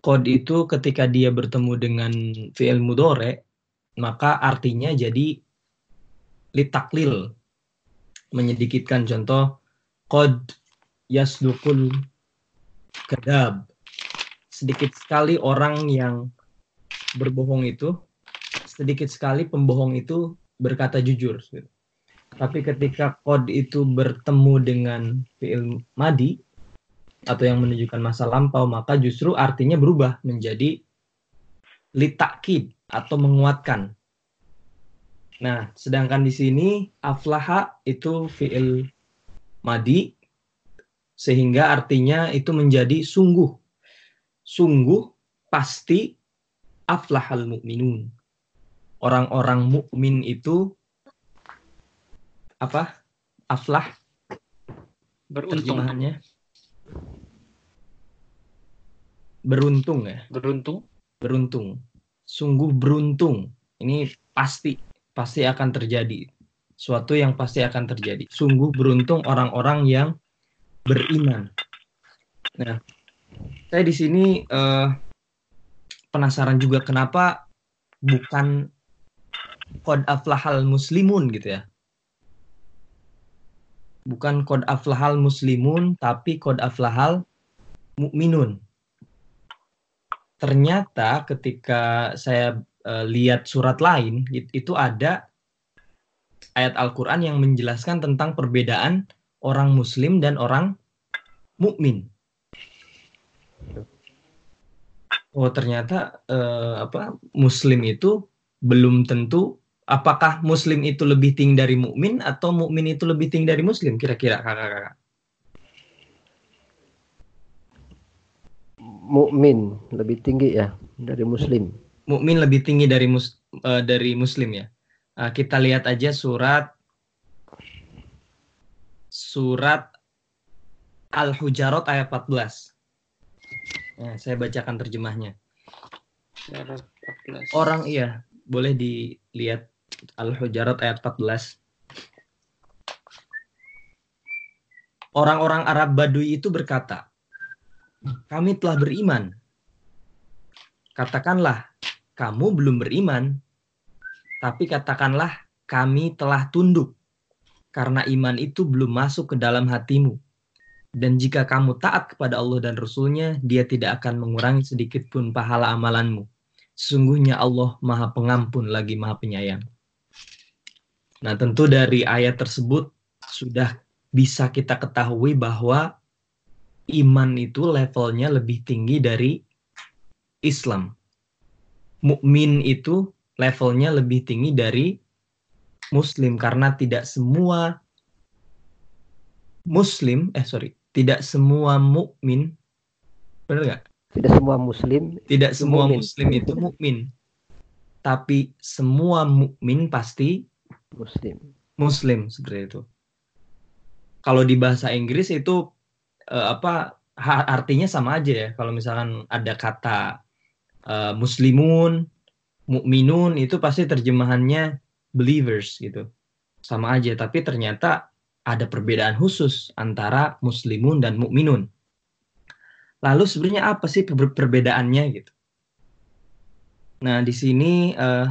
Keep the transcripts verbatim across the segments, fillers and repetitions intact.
qad itu ketika dia bertemu dengan fi'il mudhari, maka artinya jadi litaklil, menyedikitkan. Contoh, qad yasduqul kadzab. Sedikit sekali orang yang berbohong itu, sedikit sekali pembohong itu berkata jujur. Tapi ketika qad itu bertemu dengan fi'il madi atau yang menunjukkan masa lampau, maka justru artinya berubah menjadi litakid atau menguatkan. Nah, sedangkan di sini aflaha itu fi'il madi, sehingga artinya itu menjadi sungguh. Sungguh pasti aflahal mu'minun. Orang-orang mukmin itu apa? Aflah beruntung. Terjemahannya beruntung ya. Beruntung. Beruntung. Sungguh beruntung. Ini pasti pasti akan terjadi. Suatu yang pasti akan terjadi. Sungguh beruntung orang-orang yang beriman. Nah, saya di sini uh, penasaran juga kenapa bukan qad aflahal muslimun gitu ya. Bukan qad aflahal muslimun, tapi qad aflahal mu'minun. Ternyata ketika saya uh, lihat surat lain, itu ada ayat Al-Quran yang menjelaskan tentang perbedaan orang muslim dan orang mukmin. Oh, ternyata uh, apa muslim itu belum tentu. Apakah muslim itu lebih tinggi dari mukmin atau mukmin itu lebih tinggi dari muslim? Kira-kira kakak-kakak. Mukmin lebih tinggi ya dari muslim. Mukmin lebih tinggi dari mus, uh, dari muslim ya. Uh, kita lihat aja surat surat Al-Hujarat ayat empat belas. Nah, saya bacakan terjemahnya. Orang iya, boleh dilihat Al-Hujarat ayat empat belas. Orang-orang Arab Badui itu berkata, kami telah beriman. Katakanlah, kamu belum beriman. Tapi katakanlah, kami telah tunduk. Karena iman itu belum masuk ke dalam hatimu. Dan jika kamu taat kepada Allah dan Rasul-Nya, Dia tidak akan mengurangi sedikit pun pahala amalanmu. Sesungguhnya Allah Maha Pengampun lagi Maha Penyayang. Nah, tentu dari ayat tersebut sudah bisa kita ketahui bahwa iman itu levelnya lebih tinggi dari Islam. Mukmin itu levelnya lebih tinggi dari Muslim, karena tidak semua Muslim, eh sorry, tidak semua mukmin, benar nggak? Tidak semua Muslim. Tidak semua mukmin. Muslim itu mukmin, tapi semua mukmin pasti Muslim. Muslim seperti itu. Kalau di bahasa Inggris itu eh, apa artinya sama aja ya. Kalau misalkan ada kata eh, muslimun, mukminun, itu pasti terjemahannya believers gitu. Sama aja, tapi ternyata ada perbedaan khusus antara muslimun dan mukminun. Lalu sebenarnya apa sih per- perbedaannya gitu? Nah, di sini uh,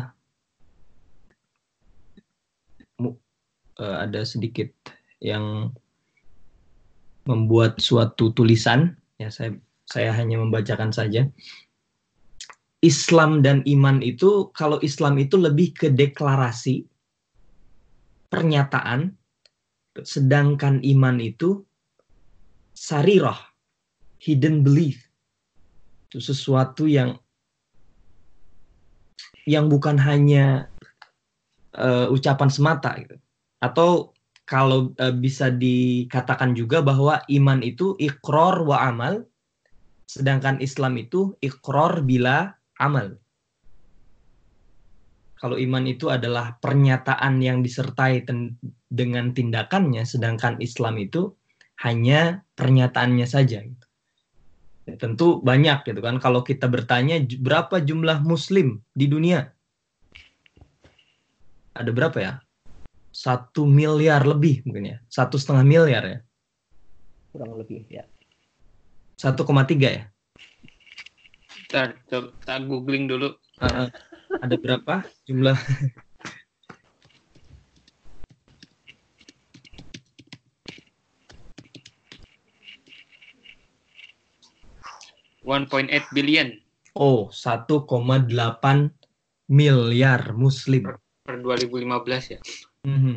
mu- uh, ada sedikit yang membuat suatu tulisan, ya saya saya hanya membacakan saja. Islam dan iman itu, kalau Islam itu lebih ke deklarasi, pernyataan, sedangkan iman itu sarirah, hidden belief. Itu sesuatu yang yang bukan hanya uh, ucapan semata gitu. Atau kalau uh, bisa dikatakan juga bahwa iman itu iqrar wa amal, sedangkan Islam itu iqrar bila amal. Kalau iman itu adalah pernyataan yang disertai ten- dengan tindakannya, sedangkan Islam itu hanya pernyataannya saja. Ya, tentu banyak gitu kan. Kalau kita bertanya berapa jumlah Muslim di dunia, ada berapa ya? Satu miliar lebih mungkin ya, satu setengah miliar ya. Kurang lebih ya. Satu koma tiga ya. Ntar, coba tak googling dulu. Uh, uh, ada berapa jumlah? one point eight billion. Oh, satu koma delapan miliar muslim. Per dua ribu lima belas ya. Mm-hmm.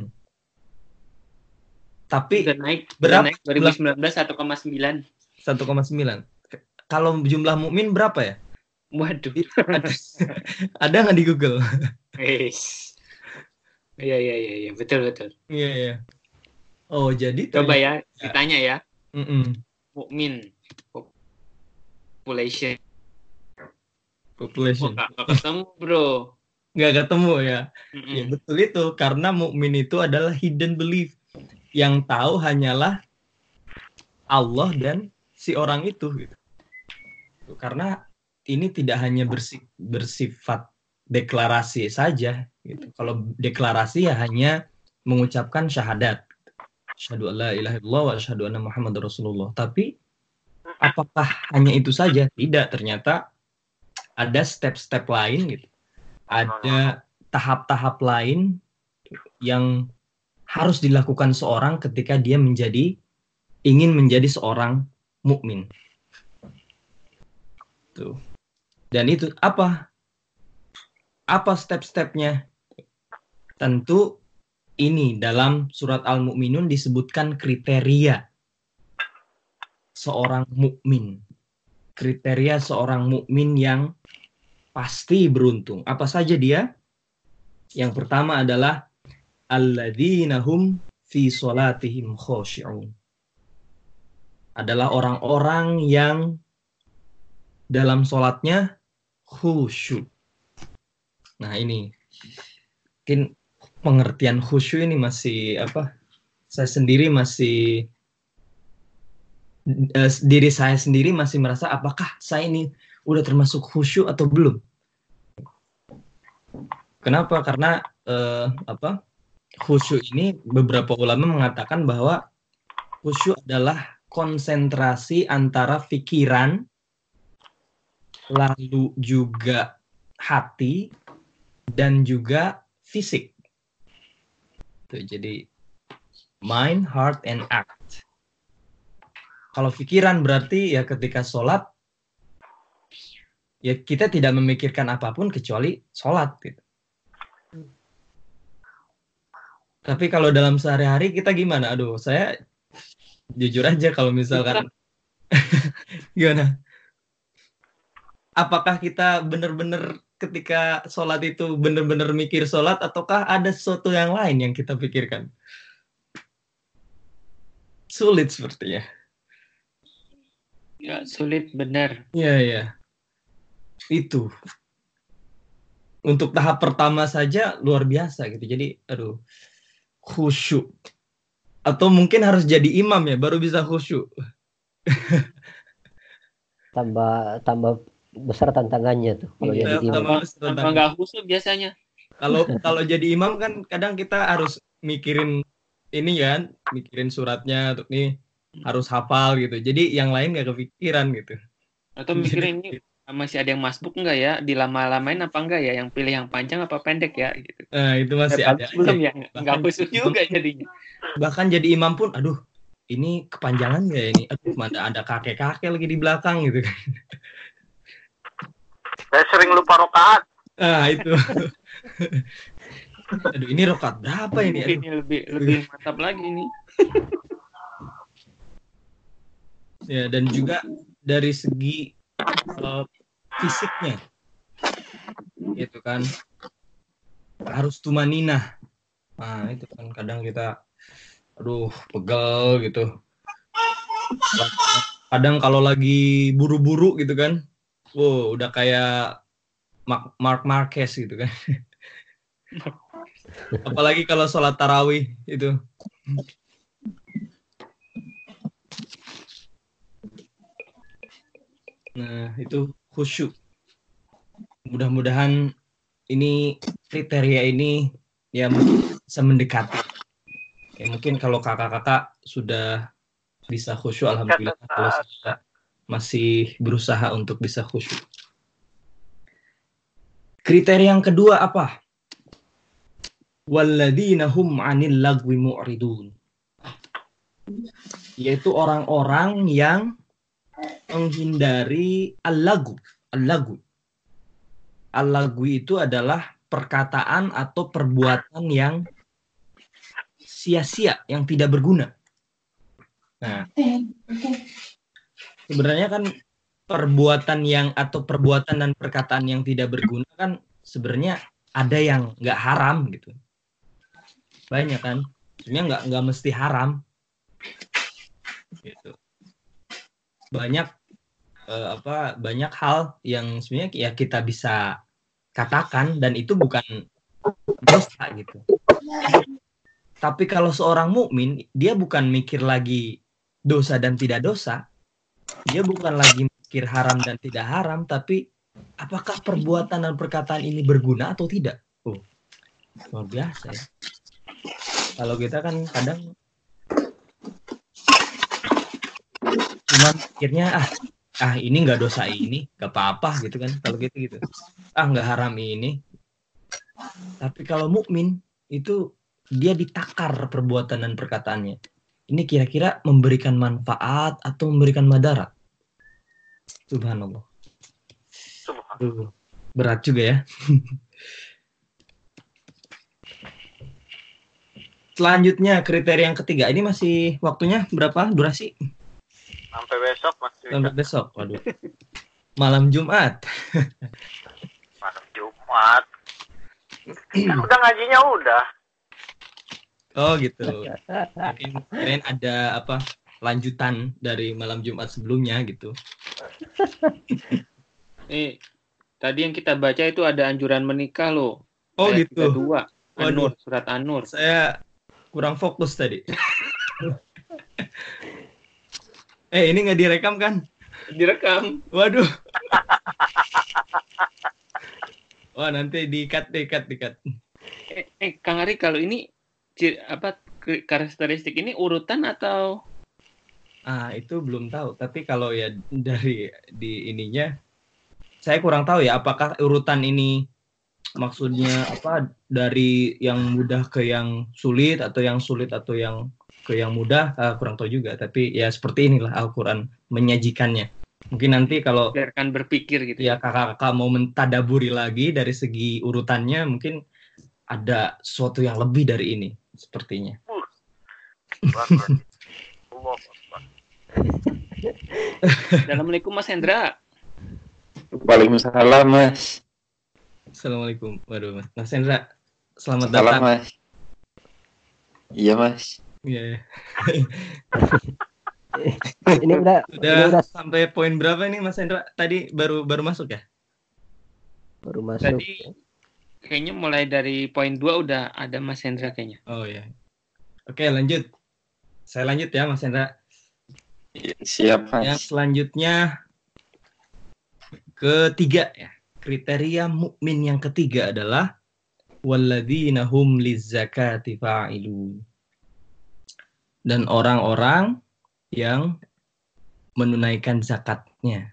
Tapi udah naik, berapa? Udah naik dua ribu sembilan belas satu koma sembilan. satu koma sembilan. Kalau jumlah mukmin berapa ya? Waduh. Ada, ada nggak di Google? Yes. Iya iya iya iya betul betul. Iya iya. Oh jadi coba ternyata, ya ditanya ya. Mm-mm. Mukmin population. Population. Nggak ketemu bro. Nggak ketemu ya. Mm-mm. Ya betul itu karena mukmin itu adalah hidden belief. Yang tahu hanyalah Allah dan si orang itu gitu. Karena ini tidak hanya bersif, bersifat deklarasi saja gitu. Kalau deklarasi ya hanya mengucapkan syahadat. Asyhadu an la ilaha illallah wa asyhadu anna Muhammadar Rasulullah. Tapi apakah hanya itu saja? Tidak, ternyata ada step-step lain gitu. Ada tahap-tahap lain yang harus dilakukan seorang ketika dia menjadi ingin menjadi seorang mukmin. Tuh. Dan itu apa? Apa step-stepnya? Tentu ini dalam surat Al-Mu'minun disebutkan kriteria seorang mukmin. Kriteria seorang mukmin yang pasti beruntung. Apa saja dia? Yang pertama adalah alladzina hum fi sholatihim khoshi'un. Adalah orang-orang yang dalam sholatnya khusyuk. Nah ini mungkin pengertian khusyuk ini masih apa? Saya sendiri masih uh, diri saya sendiri masih merasa apakah saya ini udah termasuk khusyuk atau belum? Kenapa? Karena uh, apa? Khusyuk ini beberapa ulama mengatakan bahwa khusyuk adalah konsentrasi antara pikiran lalu juga hati dan juga fisik. Tuh, jadi mind, heart, and act. Kalau pikiran berarti ya ketika sholat ya kita tidak memikirkan apapun kecuali sholat gitu. Tapi kalau dalam sehari-hari kita gimana? Aduh, saya jujur aja kalau misalkan gimana? Apakah kita benar-benar ketika sholat itu benar-benar mikir sholat ataukah ada sesuatu yang lain yang kita pikirkan? Sulit sepertinya. Ya sulit benar. Iya iya. Itu. Untuk tahap pertama saja luar biasa gitu. Jadi aduh khusyuk. Atau mungkin harus jadi imam ya baru bisa khusyuk. tambah tambah besar tantangannya tuh kalau Iya, jadi imam. tambah, tambah nggak khusyuk biasanya. Kalau kalau jadi imam kan kadang kita harus mikirin ini kan, mikirin suratnya, tuh nih harus hafal gitu. Jadi yang lain nggak kepikiran gitu. Atau mikirin ini masih ada yang masbuk nggak ya? Dilama-lamain apa enggak ya? Yang pilih yang panjang apa pendek ya? Gitu. Nah itu masih ya, ada. Belum ya, Bahkan nggak khusyuk juga jadinya. Bahkan jadi imam pun, aduh ini kepanjangan ya ini. Aduh mana ada kakek-kakek lagi di belakang gitu kan. Saya sering lupa rokaat. Ah itu. Aduh ini rokaat berapa ini? Aduh. Ini lebih lebih mantap lagi nih. Ya dan juga dari segi uh, fisiknya, gitu kan, harus tumaninah. Nah itu kan kadang kita, aduh pegel gitu. Kadang kalau lagi buru-buru gitu kan, wow udah kayak Mark Marquez gitu kan. Apalagi kalau sholat tarawih itu. Nah itu khusyuk. Mudah-mudahan ini kriteria ini ya bisa mendekati. Ya, mungkin kalau kakak-kakak sudah bisa khusyuk, alhamdulillah. Kalau saya masih berusaha untuk bisa khusyuk. Kriteria yang kedua apa? Walladzina hum 'anil lagwi mu'ridun. Yaitu orang-orang yang menghindari al-lagu. Al-lagu. Al-lagu itu adalah perkataan atau perbuatan yang sia-sia, yang tidak berguna. Nah, sebenarnya kan perbuatan yang atau perbuatan dan perkataan yang tidak berguna kan sebenarnya ada yang nggak haram gitu. Banyak kan, sebenarnya nggak nggak mesti haram. Gitu. Banyak eh, apa banyak hal yang sebenarnya ya kita bisa katakan dan itu bukan dosa gitu. Tapi kalau seorang mukmin dia bukan mikir lagi dosa dan tidak dosa, dia bukan lagi mikir haram dan tidak haram, tapi apakah perbuatan dan perkataan ini berguna atau tidak? Oh, luar biasa ya. Kalau kita kan kadang cuma pikirnya ah ah ini nggak dosa ini, nggak apa-apa gitu kan. Kalau gitu gitu, ah nggak haram ini. Tapi kalau mukmin itu dia ditakar perbuatan dan perkataannya. Ini kira-kira memberikan manfaat atau memberikan madarat? Subhanallah. Subhanallah. Berat juga ya. Selanjutnya kriteria yang ketiga. Ini masih waktunya berapa durasi? Sampai besok masih. Sampai besok. Waduh. Malam Jumat. Malam Jumat. Kan udah ngajinya udah. Oh gitu. Mungkin kirain ada apa lanjutan dari malam Jumat sebelumnya gitu. Eh, tadi yang kita baca itu ada anjuran menikah loh. Oh Ayat gitu. tiga puluh dua. An-Nur, Waduh. surat An-Nur. Saya kurang fokus tadi. eh ini nggak direkam kan? Direkam. Waduh. Wah nanti di-cut, di-cut, di-cut. Eh, eh Kang Ari, kalau ini ciri, apa karakteristik ini urutan atau? Ah itu belum tahu. Tapi kalau ya dari di ininya, saya kurang tahu ya. Apakah urutan ini maksudnya apa dari yang mudah ke yang sulit atau yang sulit atau yang ke yang mudah? Ah, kurang tahu juga. Tapi ya seperti inilah Al-Quran menyajikannya. Mungkin nanti kalau biarkan berpikir gitu ya kakak-kakak mau mentadaburi lagi dari segi urutannya, mungkin ada sesuatu yang lebih dari ini sepertinya. Assalamualaikum Mas Hendra. Waalaikumsalam Mas. Assalamualaikum. Waduh Mas, Mas Hendra, selamat Salam, datang. Mas. Iya Mas. Iya. Ini udah, Udah ini udah sampai poin berapa nih Mas Hendra? Tadi baru baru masuk ya? baru masuk. Tadi kayaknya mulai dari poin dua udah ada Mas Hendra kayaknya. Oh ya. Oke, lanjut. Saya lanjut ya Mas Hendra. Siap Mas. Yang selanjutnya ketiga ya. Kriteria mukmin yang ketiga adalah walladzina hum lizzakati fa'ilun. Dan orang-orang yang menunaikan zakatnya.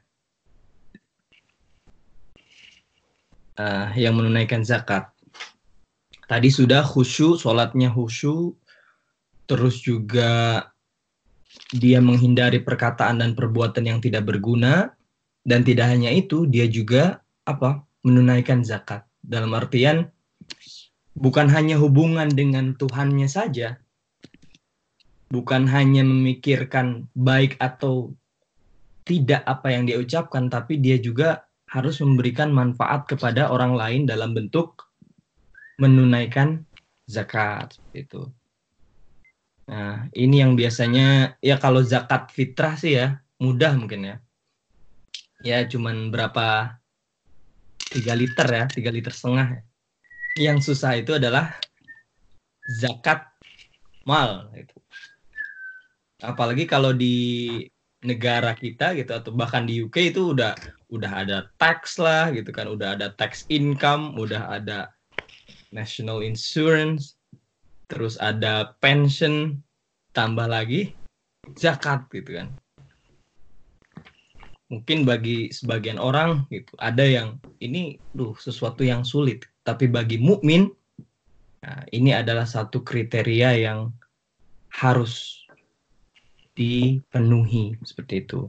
Uh, yang menunaikan zakat. Tadi sudah khusyuk, sholatnya khusyuk, terus juga dia menghindari perkataan dan perbuatan yang tidak berguna, dan tidak hanya itu, dia juga apa? Menunaikan zakat. Dalam artian bukan hanya hubungan dengan Tuhannya saja, bukan hanya memikirkan baik atau tidak apa yang dia ucapkan, tapi dia juga harus memberikan manfaat kepada orang lain dalam bentuk menunaikan zakat itu. Nah, ini yang biasanya ya kalau zakat fitrah sih ya mudah mungkin ya. Ya cuman berapa tiga liter ya, tiga liter setengah. Yang susah itu adalah zakat mal itu. Apalagi kalau di negara kita gitu atau bahkan di U K itu udah udah ada tax lah gitu kan, udah ada tax income, udah ada national insurance, terus ada pension, tambah lagi zakat gitu kan. mungkin bagi sebagian orang gitu ada yang ini duh sesuatu yang sulit, tapi bagi mukmin nah, ini adalah satu kriteria yang harus dipenuhi seperti itu.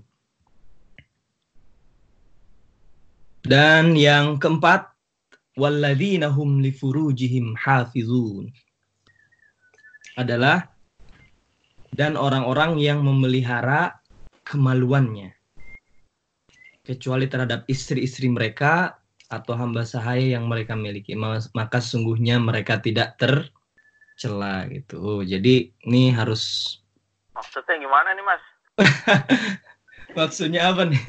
Dan yang keempat, walladzina hum li furujihim hafizun, adalah dan orang-orang yang memelihara kemaluannya kecuali terhadap istri-istri mereka atau hamba sahaya yang mereka miliki, maka sesungguhnya mereka tidak tercela gitu. Jadi ini harus, maksudnya gimana nih Mas? maksudnya apa nih?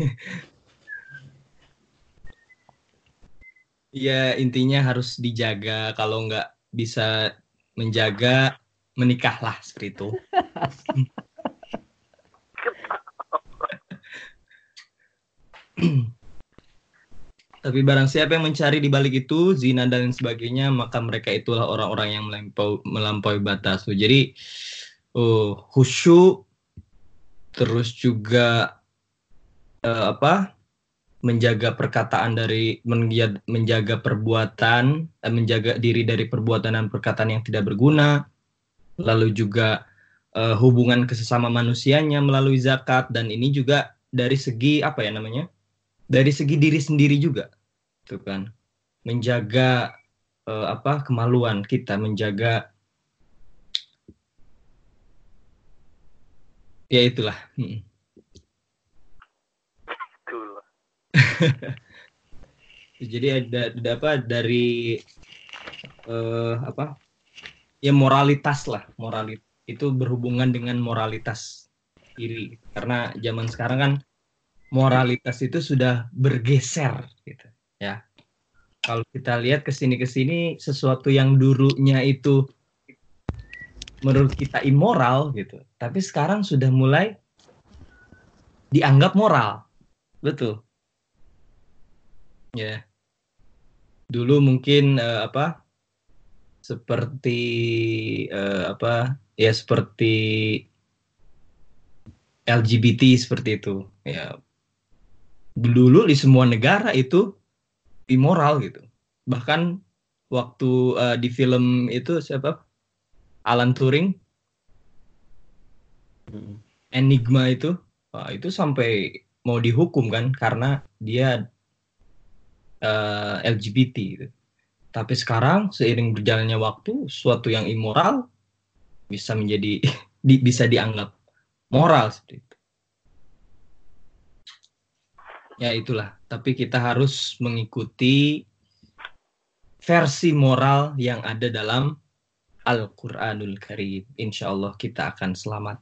Ya intinya harus dijaga, kalau nggak bisa menjaga menikahlah seperti itu. Tapi barang siapa yang mencari di balik itu zina dan sebagainya, maka mereka itulah orang-orang yang melampaui, melampaui batas. Jadi oh, khusyuk, terus juga eh, apa? menjaga perkataan dari menjaga perbuatan, menjaga diri dari perbuatan dan perkataan yang tidak berguna, lalu juga uh, hubungan kesesama manusianya melalui zakat, dan ini juga dari segi apa ya namanya, dari segi diri sendiri juga, tuh kan, menjaga uh, apa kemaluan kita, menjaga ya itulah. Hmm. Jadi ada, ada apa dari uh, apa ya moralitas lah, moralitas itu berhubungan dengan moralitas diri, karena zaman sekarang kan moralitas itu sudah bergeser gitu ya. Kalau kita lihat kesini kesini sesuatu yang dulunya itu menurut kita immoral gitu, tapi sekarang sudah mulai dianggap moral, betul. Ya, dulu mungkin uh, apa seperti uh, apa ya seperti L G B T seperti itu. Ya, dulu di semua negara itu immoral gitu. Bahkan waktu uh, di film itu siapa? Alan Turing, Enigma itu, uh, itu sampai mau dihukum kan karena dia Uh, L G B T gitu. Tapi sekarang seiring berjalannya waktu, suatu yang immoral bisa menjadi di, bisa dianggap moral seperti itu. Ya itulah. Tapi kita harus mengikuti versi moral yang ada dalam Al-Quranul Karim. Insya Allah kita akan selamat.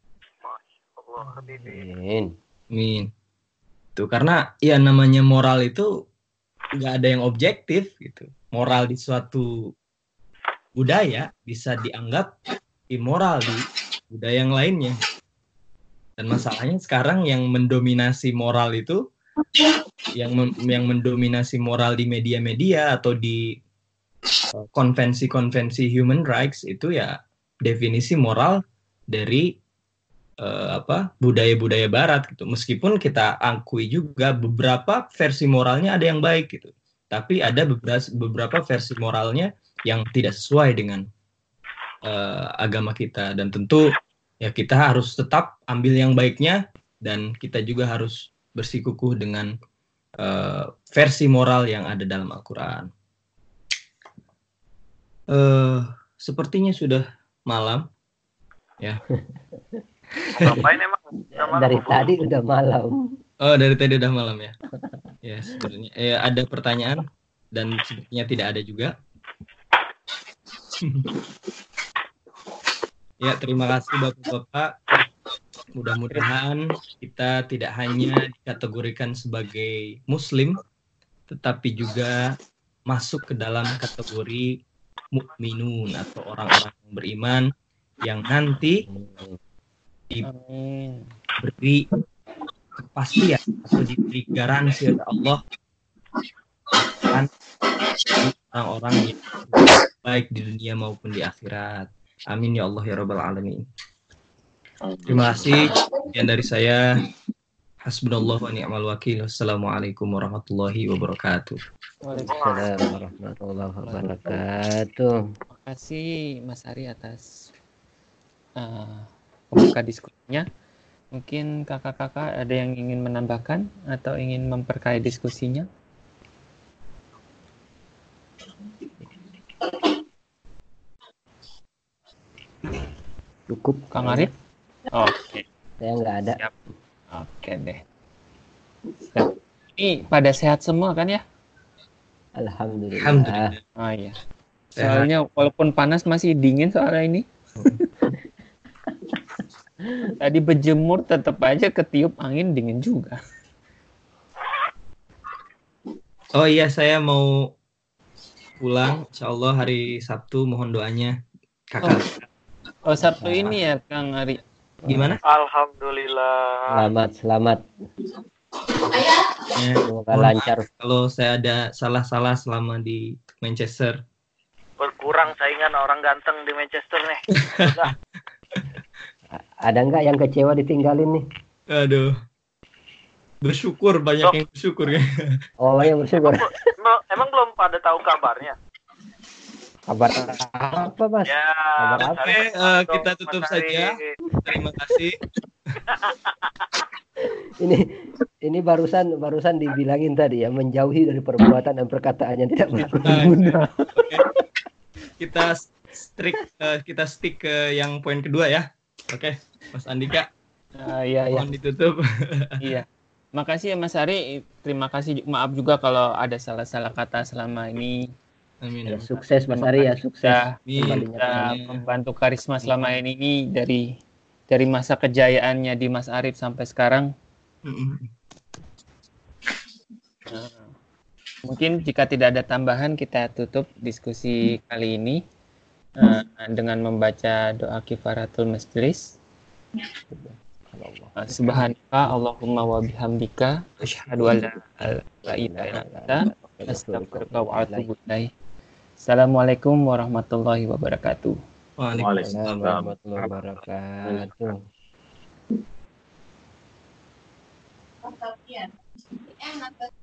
Amin. Amin. Tuh karena ya namanya moral itu nggak ada yang objektif gitu. Moral di suatu budaya bisa dianggap immoral di budaya yang lainnya. Dan masalahnya sekarang yang mendominasi moral itu, yang mem- yang mendominasi moral di media-media atau di uh, konvensi-konvensi human rights itu ya definisi moral dari uh, apa budaya-budaya barat gitu. Meskipun kita akui juga beberapa versi moralnya ada yang baik gitu, tapi ada beberapa beberapa versi moralnya yang tidak sesuai dengan uh, agama kita, dan tentu ya kita harus tetap ambil yang baiknya, dan kita juga harus bersikukuh dengan uh, versi moral yang ada dalam Al-Quran. Uh, sepertinya sudah malam ya. Ngapain emang? Dari tadi udah malam. Oh, dari tadi udah malam ya. Ya, sebenarnya eh, ada pertanyaan dan sepertinya tidak ada juga. Ya, terima kasih Bapak-bapak. Mudah-mudahan kita tidak hanya dikategorikan sebagai muslim, tetapi juga masuk ke dalam kategori mukminun atau orang-orang yang beriman yang nanti diberi kepastian atau diberi garansi oleh Allah akan orang-orang yang baik di dunia maupun di akhirat. Amin ya Allah ya Rabbal Alamin. Terima kasih. Sekian dari saya. Hasbunallahu wa ni'mal wakil. Assalamualaikum warahmatullahi wabarakatuh. Waalaikumsalam warahmatullahi wabarakatuh. Terima kasih Mas Ari atas uh, pembuka diskusinya. Mungkin kakak-kakak ada yang ingin menambahkan atau ingin memperkaya diskusinya? Cukup. Kang Arif? Oke. Saya nggak ada. Siap. Oke deh. Siap. Ini pada sehat semua kan ya? Alhamdulillah. Alhamdulillah. Oh iya. Sehat. Soalnya walaupun panas masih dingin soalnya ini. Tadi berjemur tetap aja ketiup angin dingin juga. Oh iya, saya mau pulang. Insya Allah hari Sabtu, mohon doanya. Kakak. Oh Sabtu ini ya Kang Ari. Gimana? Alhamdulillah. Selamat, selamat. Ya, Semoga mohon lancar. maaf kalau saya ada salah-salah selama di Manchester. Berkurang saingan orang ganteng di Manchester nih. Udah. Ada nggak yang kecewa ditinggalin nih? Aduh. Bersyukur, banyak Dok. yang bersyukur ya. Oh, yang bersyukur. Emang, emang belum pada tahu kabarnya? Kabar apa, Mas? Ya. Kabar apa? Oke, eh, kita tutup Mas Ari. saja. Terima kasih. Ini ini barusan barusan dibilangin tadi ya, menjauhi dari perbuatan dan perkataan yang tidak berguna. Oke. Kita stick eh, kita stick ke yang poin kedua ya. Oke, Mas Andika, Ah, iya iya. mohon ditutup. Iya. Makasih ya Mas Ari. Terima kasih. Maaf juga kalau ada salah-salah kata selama ini. Amin. Ya, sukses Mas Ari ya, sukses. Kita, Amin. Kembalinya kita Amin. membantu karisma selama ini, ini dari dari masa kejayaannya di Mas Arif sampai sekarang. Mm-mm. Nah, mungkin jika tidak ada tambahan kita tutup diskusi kali ini uh, dengan membaca doa kifaratul majlis. Uh, Subhanaka Allahumma wa bihamdika asyhadu an la ilaha illa anta astaghfiruka wa atubu ilaik. Assalamualaikum warahmatullahi wabarakatuh. Waalaikumsalam. Warahmatullahi wabarakatuh. Enak.